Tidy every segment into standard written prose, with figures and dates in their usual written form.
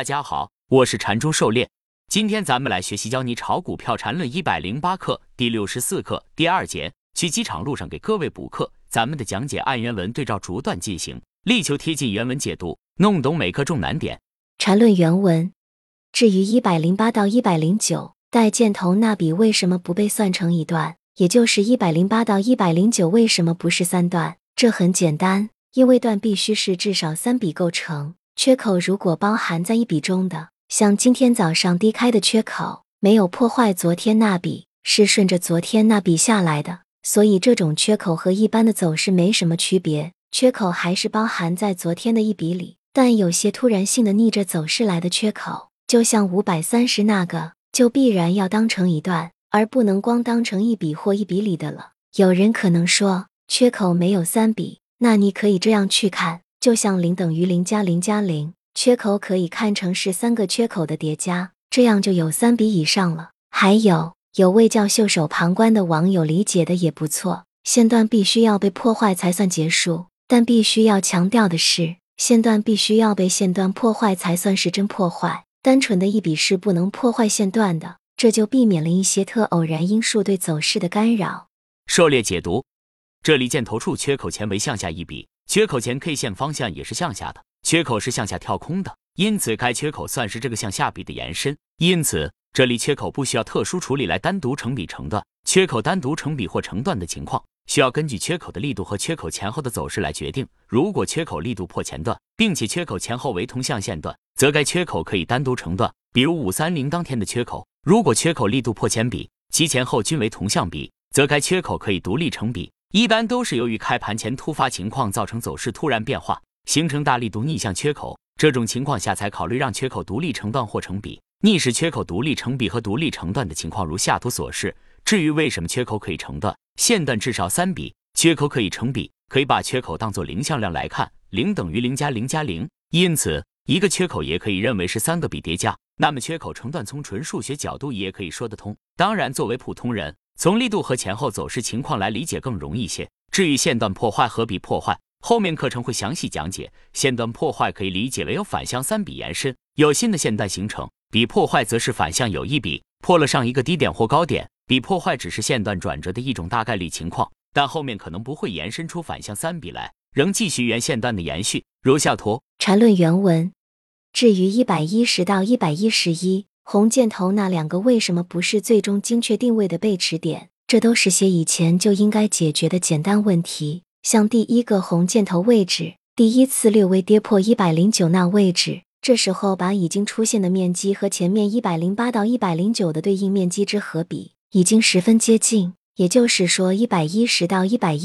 大家好，我是禅中狩猎。今天咱们来学习教你炒股票禅论108课第64课第2节。去机场路上给各位补课，咱们的讲解按原文对照逐段进行，力求贴近原文解读，弄懂每课重难点。 禅论原文。至于108到109，带箭头那笔为什么不被算成一段，也就是108到109为什么不是3段？这很简单，因为段必须是至少3笔构成。缺口如果包含在一笔中的，像今天早上低开的缺口，没有破坏昨天那笔，是顺着昨天那笔下来的，所以这种缺口和一般的走势没什么区别，缺口还是包含在昨天的一笔里。但有些突然性的逆着走势来的缺口，就像530那个，就必然要当成一段，而不能光当成一笔或一笔里的了。有人可能说，缺口没有3笔，那你可以这样去看，就像0等于0加0加0，缺口可以看成是3个缺口的叠加，这样就有3笔以上了。还有位叫袖手旁观的网友理解的也不错，线段必须要被破坏才算结束，但必须要强调的是，线段必须要被线段破坏才算是真破坏，单纯的一笔是不能破坏线段的，这就避免了一些特偶然因素对走势的干扰。 狩猎解读，这里箭头处缺口前为向下一笔，缺口前 K 线方向也是向下的，缺口是向下跳空的，因此该缺口算是这个向下笔的延伸，因此这里缺口不需要特殊处理来单独成笔成段，缺口单独成笔或成段的情况，需要根据缺口的力度和缺口前后的走势来决定。如果缺口力度破前段，并且缺口前后为同向线段，则该缺口可以单独成段，比如530当天的缺口。如果缺口力度破前笔，其前后均为同向笔，则该缺口可以独立成笔。一般都是由于开盘前突发情况造成走势突然变化，形成大力度逆向缺口，这种情况下才考虑让缺口独立成段或成笔。逆使缺口独立成笔和独立成段的情况如下图所示。至于为什么缺口可以成段，线段至少3笔，缺口可以成笔，可以把缺口当作零向量来看，0等于0加0加0，因此一个缺口也可以认为是3个笔叠加，那么缺口成段从纯数学角度也可以说得通。当然作为普通人，从力度和前后走势情况来理解更容易些。至于线段破坏和笔破坏，后面课程会详细讲解。线段破坏可以理解为有反向3笔延伸，有新的线段形成，笔破坏则是反向有1笔破了上一个低点或高点，笔破坏只是线段转折的一种大概率情况，但后面可能不会延伸出反向3笔来，仍继续原线段的延续，如下图。 禅论原文。至于110到111，红箭头那2个为什么不是最终精确定位的背驰点，这都是些以前就应该解决的简单问题。像第一个红箭头位置，第一次略微跌破109那位置，这时候把已经出现的面积和前面108到109的对应面积之和比，已经十分接近，也就是说110到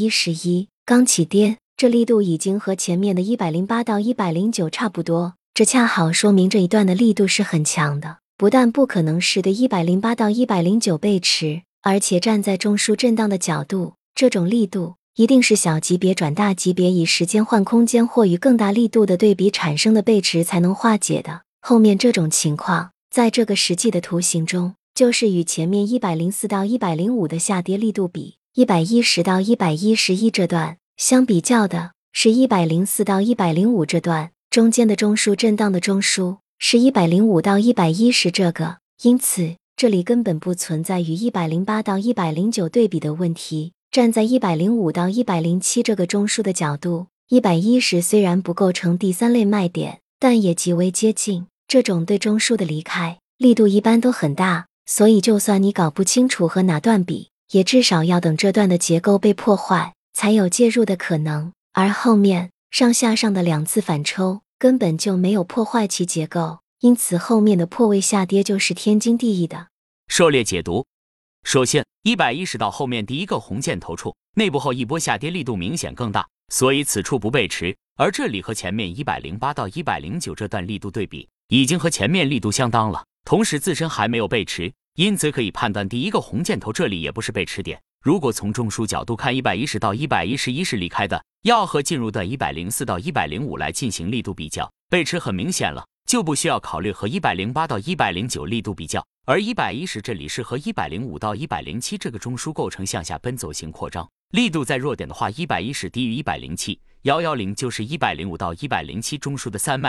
111刚起跌，这力度已经和前面的108到109差不多，这恰好说明这一段的力度是很强的，不但不可能是对108到109背驰，而且站在中枢震荡的角度，这种力度一定是小级别转大级别以时间换空间或与更大力度的对比产生的背驰才能化解的。后面这种情况，在这个实际的图形中，就是与前面104到105的下跌力度比，110到111这段相比较的是104到105这段，中间的中枢震荡的中枢是105到110这个，因此这里根本不存在与108到109对比的问题。站在105到107这个中枢的角度，110虽然不构成第3类卖点，但也极为接近。这种对中枢的离开力度一般都很大，所以就算你搞不清楚和哪段比，也至少要等这段的结构被破坏，才有介入的可能。而后面上下上的2次反抽根本就没有破坏其结构，因此后面的破位下跌就是天经地义的。 狩猎解读。首先110到后面第一个红箭头处，内部后一波下跌力度明显更大，所以此处不背驰，而这里和前面108到109这段力度对比，已经和前面力度相当了，同时自身还没有背驰，因此可以判断第一个红箭头这里也不是背驰点。如果从中枢角度看，110到111是离开的，要和进入段104到105来进行力度比较，背驰很明显了，就不需要考虑和108到109力度比较。而110这里是和105到107这个中枢构成向下奔走型扩张，力度再弱点的话，110低于107，110就是105到107中枢的3卖点，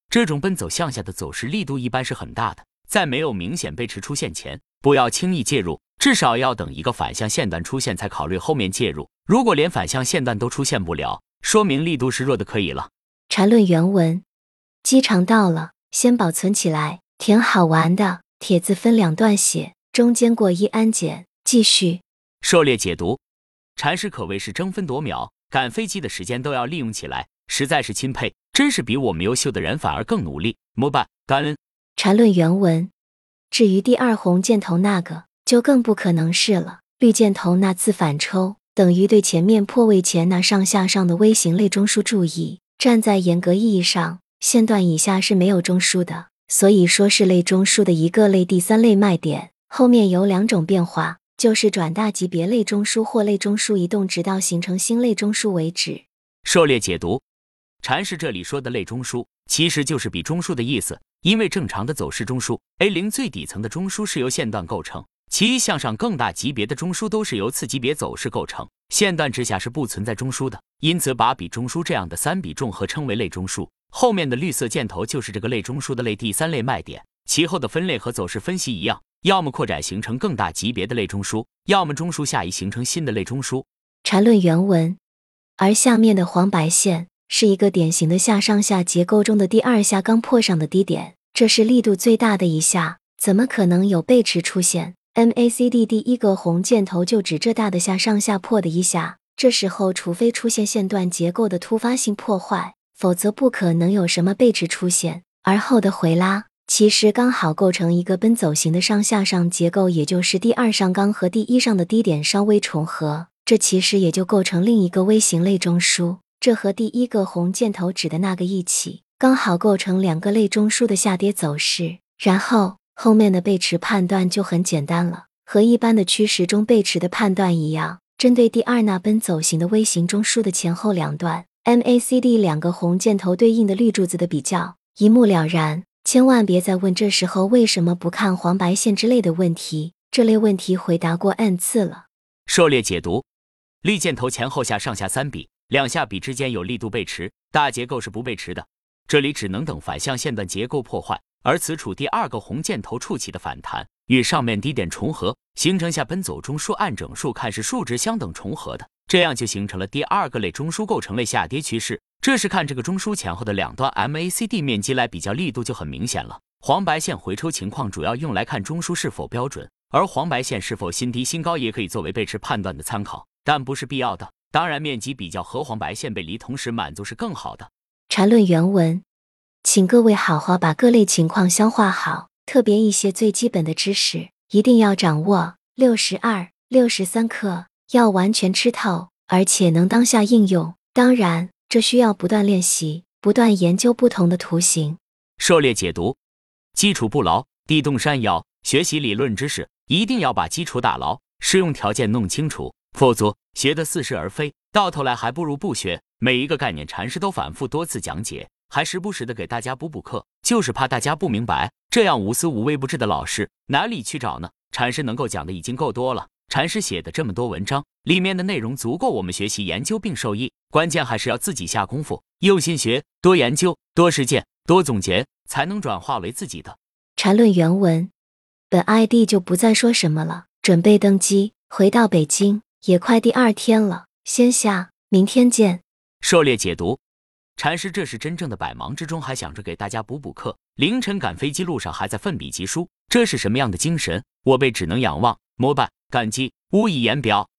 这种奔走向下的走势力度一般是很大的，在没有明显背驰出现前，不要轻易介入，至少要等一个反向线段出现才考虑后面介入。如果连反向线段都出现不了，说明力度是弱的可以了。 缠论原文：机场到了，先保存起来，填好玩的。帖子分2段写，中间过1安检。继续。 狩猎解读：禅师可谓是争分夺秒，赶飞机的时间都要利用起来，实在是钦佩，真是比我们优秀的人反而更努力。膜拜感恩。 缠论原文：至于第2红箭头那个，就更不可能是了。绿箭头那次反抽，等于对前面破位前那上下上的微型类中枢注意。站在严格意义上，线段以下是没有中枢的，所以说是类中枢的一个类第3类卖点。后面有2种变化，就是转大级别类中枢或类中枢移动直到形成新类中枢为止。 狩猎解读：禅师这里说的类中枢，其实就是比中枢的意思，因为正常的走势中枢 A0 最底层的中枢是由线段构成，其余向上更大级别的中枢都是由次级别走势构成，线段之下是不存在中枢的，因此把比中枢这样的3笔重合称为类中枢。后面的绿色箭头就是这个类中枢的类第3类卖点，其后的分类和走势分析一样，要么扩展形成更大级别的类中枢，要么中枢下移形成新的类中枢。 缠论原文：而下面的黄白线是一个典型的下上下结构中的第2下刚破上的低点，这是力度最大的一下，怎么可能有背驰出现？ MACD 第1个红箭头就指这大的下上下破的一下，这时候除非出现线段结构的突发性破坏，否则不可能有什么背驰出现。而后的回拉其实刚好构成一个奔走型的上下上结构，也就是第2上刚和第1上的低点稍微重合，这其实也就构成另一个微型类中枢，这和第1个红箭头指的那个一起，刚好构成2个类中枢的下跌走势。然后后面的背驰判断就很简单了，和一般的趋势中背驰的判断一样，针对第2那奔走型的微型中枢的前后2段 MACD 2个红箭头对应的绿柱子的比较，一目了然。千万别再问这时候为什么不看黄白线之类的问题，这类问题回答过 N 次了。 狩猎解读：绿箭头前后下上下3笔，2下笔之间有力度背驰，大结构是不背驰的，这里只能等反向线段结构破坏，而此处第2个红箭头触起的反弹与上面低点重合，形成下奔走中枢按整数看是数值相等重合的，这样就形成了第2个类中枢构成类下跌趋势。这是看这个中枢前后的2段 MACD 面积来比较，力度就很明显了。黄白线回抽情况主要用来看中枢是否标准，而黄白线是否新低新高也可以作为背驰判断的参考，但不是必要的。当然面积比较和黄白线背离同时满足是更好的。 缠论原文：请各位好好把各类情况消化好，特别一些最基本的知识一定要掌握。62、63课要完全吃透，而且能当下应用。当然这需要不断练习，不断研究不同的图形。 狩猎解读：基础不牢，地动山摇。学习理论知识，一定要把基础打牢，适用条件弄清楚，否则学得似是而非，到头来还不如不学。每一个概念禅师都反复多次讲解，还时不时的给大家补课，就是怕大家不明白，这样无私无微不至的老师哪里去找呢？禅师能够讲的已经够多了，禅师写的这么多文章，里面的内容足够我们学习研究并受益，关键还是要自己下功夫，用心学，多研究，多实践，多总结，才能转化为自己的。 缠论原文：本 ID 就不再说什么了，准备登机，回到北京，也快第2天了，先下，明天见。 狩猎解读：禅师这是真正的百忙之中还想着给大家补课，凌晨赶飞机路上还在奋笔疾书，这是什么样的精神？我辈只能仰望膜拜感激，无以言表。